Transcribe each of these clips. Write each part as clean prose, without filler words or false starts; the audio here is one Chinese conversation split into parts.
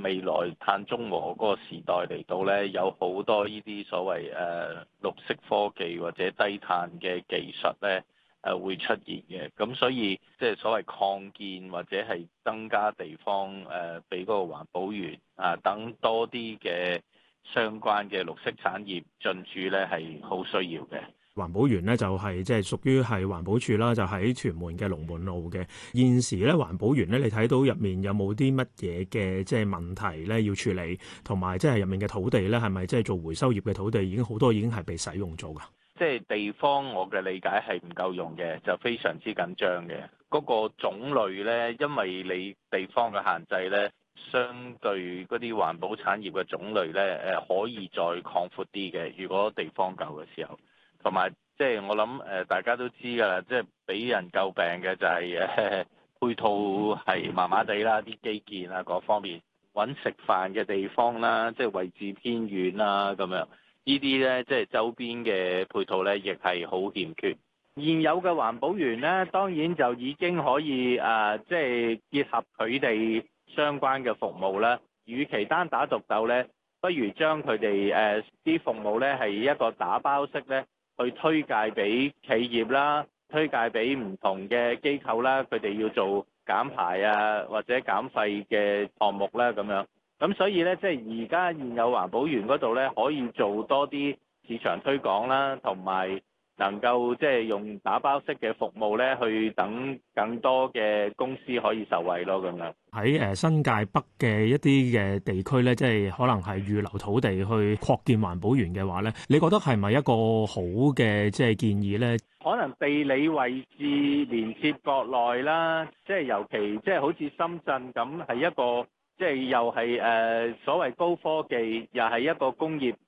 未來碳中和嗰個時代嚟到咧，有好多呢啲所謂綠色科技或者低碳嘅技術咧會出現嘅。咁所以即係所謂擴建或者係增加地方俾嗰個環保園等多啲嘅相關嘅綠色產業進駐咧，係好需要嘅。 環保園咧就係即係屬於係環保署啦，就喺屯門嘅龍門路嘅。現時咧環保園咧，你睇到入面有冇啲乜嘢嘅即係問題咧要處理，同埋即係入面嘅土地咧係咪即係做回收業嘅土地已經好多已經係被使用咗㗎？ 即係地方，我嘅理解係唔夠用嘅，就非常之緊張嘅。嗰個種類咧，因為你地方嘅限制咧，相對嗰啲環保產業嘅種類咧，可以再擴闊啲嘅。如果地方夠嘅時候。同埋，即係我諗大家都知㗎啦，即係俾人詬病嘅就係配套係麻麻地啦，啲基建啊各方面，揾食飯嘅地方啦，即係位置偏遠啦咁樣，呢啲咧即係周邊嘅配套咧，亦係好欠缺。現有嘅環保園咧，當然就已經可以即係結合佢哋相關嘅服務啦。與其單打獨鬥咧，不如將佢哋啲服務咧係一個打包式咧。去推介俾企業啦，推介俾唔同嘅機構啦，佢哋要做減排啊或者減廢嘅項目啦咁樣。咁所以呢，即係而家現有環保園嗰度呢，可以做多啲市場推廣啦，同埋能夠即係用打包式嘅服務呢，去等更多嘅公司可以受惠咯咁樣。 喺新界北嘅一啲嘅地區咧，即係可能係預留土地去擴建環保園嘅話咧，你覺得係咪一個好嘅即係建議咧？ 可能地理位置連接國內啦，即係尤其即係好似深圳咁，係一個即係又係所謂高科技，又係一個工業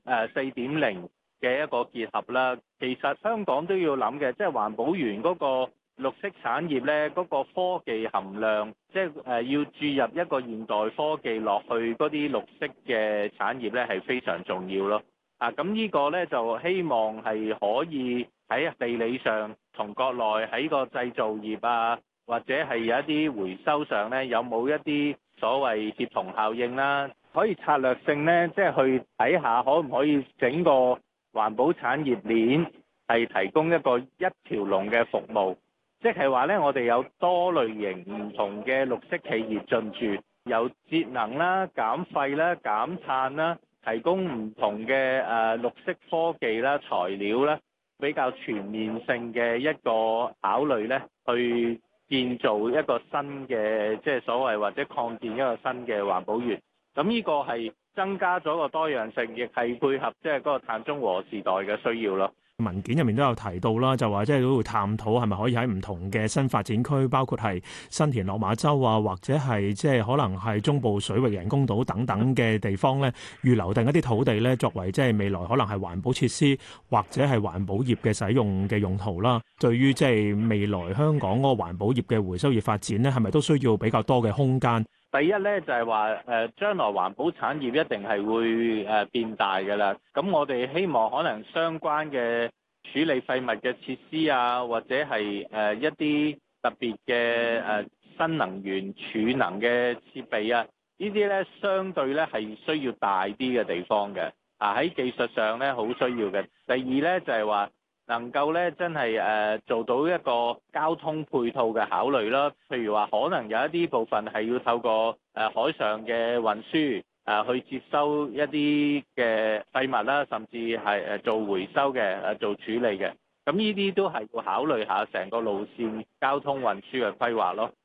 4.0嘅一個結合啦。其實香港都要諗嘅，即係環保園嗰個綠色產業咧，嗰個科技含量，即係要注入一個現代科技落去嗰啲綠色嘅產業咧，係非常重要咯。咁呢個咧就希望係可以喺地理上同國內喺個製造業啊，或者係有一啲回收上咧，有冇一啲所謂協同效應啦，可以策略性咧，即係去睇下可唔可以整個環保產業鏈係提供一個一條龍嘅服務。即係話咧，我哋有多類型唔同嘅綠色企業進駐，有節能啦、減廢啦、減碳啦，提供唔同嘅綠色科技啦、材料啦，比較全面性嘅一個考慮咧，去建造一個新嘅即係所謂或者擴建一個新嘅環保園。咁呢個係增加咗個多樣性，亦係配合即係嗰個碳中和時代嘅需要咯。 文件入面都有提到啦，就話即係都會探討係咪可以喺唔同嘅新發展區，包括係新田落馬洲啊，或者係即係可能係中部水域人工島等等嘅地方咧，預留定一啲土地咧，作為即係未來可能係環保設施或者係環保業嘅使用嘅用途啦。對於即係未來香港嗰個環保業嘅回收業發展咧，係咪都需要比較多嘅空間？ 第一咧就係話將來環保產業一定係會變大㗎啦。咁我哋希望可能相關嘅處理廢物嘅設施啊，或者係一啲特別嘅新能源儲能嘅設備啊，呢啲咧相對咧係需要大啲嘅地方嘅。喺技術上咧好需要嘅。第二咧就係話，能夠咧真係做到一個交通配套嘅考慮啦，譬如話可能有一啲部分係要透過海上嘅運輸去接收一啲嘅廢物啦，甚至係做回收嘅做處理嘅。咁呢啲都係要考慮下成個路線交通運輸嘅規劃咯。